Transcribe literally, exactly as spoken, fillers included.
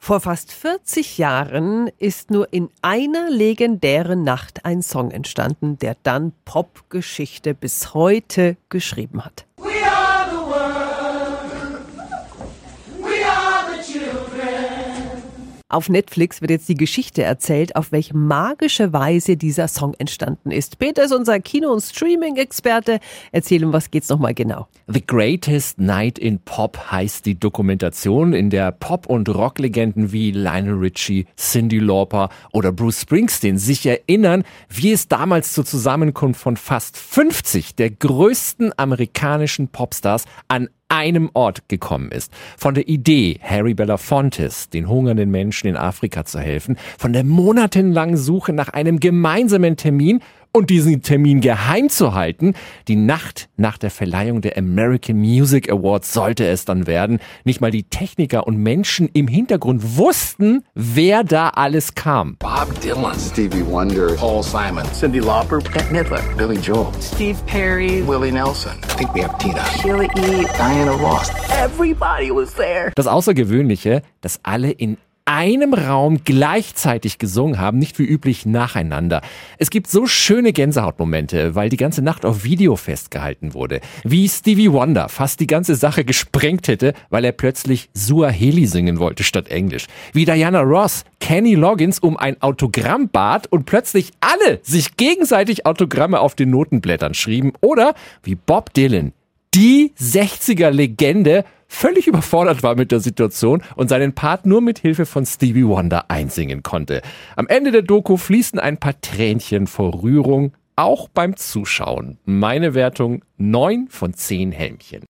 Vor fast vierzig Jahren ist nur in einer legendären Nacht ein Song entstanden, der dann Popgeschichte bis heute geschrieben hat. We are the world. We are the children. Auf Netflix wird jetzt die Geschichte erzählt, auf welche magische Weise dieser Song entstanden ist. Peter ist unser Kino- und Streaming-Experte. Erzähl, um was geht's nochmal genau? The Greatest Night in Pop heißt die Dokumentation, in der Pop- und Rocklegenden wie Lionel Richie, Cyndi Lauper oder Bruce Springsteen sich erinnern, wie es damals zur Zusammenkunft von fast fünfzig der größten amerikanischen Popstars an einem Ort gekommen ist. Von der Idee, Harry Belafontes, den hungernden Menschen in Afrika zu helfen, von der monatelangen Suche nach einem gemeinsamen Termin und diesen Termin geheim zu halten. Die Nacht nach der Verleihung der American Music Awards sollte es dann werden. Nicht mal die Techniker und Menschen im Hintergrund wussten, wer da alles kam. Bob Dylan, Stevie Wonder, Paul Simon, Cyndi Lauper, Bette Midler, Billy Joel, Steve Perry, Willie Nelson. I think we have Tina, Sheila E., Diana Ross. everybody was there. Das Außergewöhnliche, dass alle in einem Raum gleichzeitig gesungen haben, nicht wie üblich nacheinander. Es gibt so schöne Gänsehautmomente, weil die ganze Nacht auf Video festgehalten wurde. Wie Stevie Wonder fast die ganze Sache gesprengt hätte, weil er plötzlich Suaheli singen wollte statt Englisch. Wie Diana Ross Kenny Loggins um ein Autogramm bat und plötzlich alle sich gegenseitig Autogramme auf den Notenblättern schrieben. Oder wie Bob Dylan, die sechziger-Legende, völlig überfordert war mit der Situation und seinen Part nur mit Hilfe von Stevie Wonder einsingen konnte. Am Ende der Doku fließen ein paar Tränchen vor Rührung, auch beim Zuschauen. Meine Wertung neun von zehn Helmchen.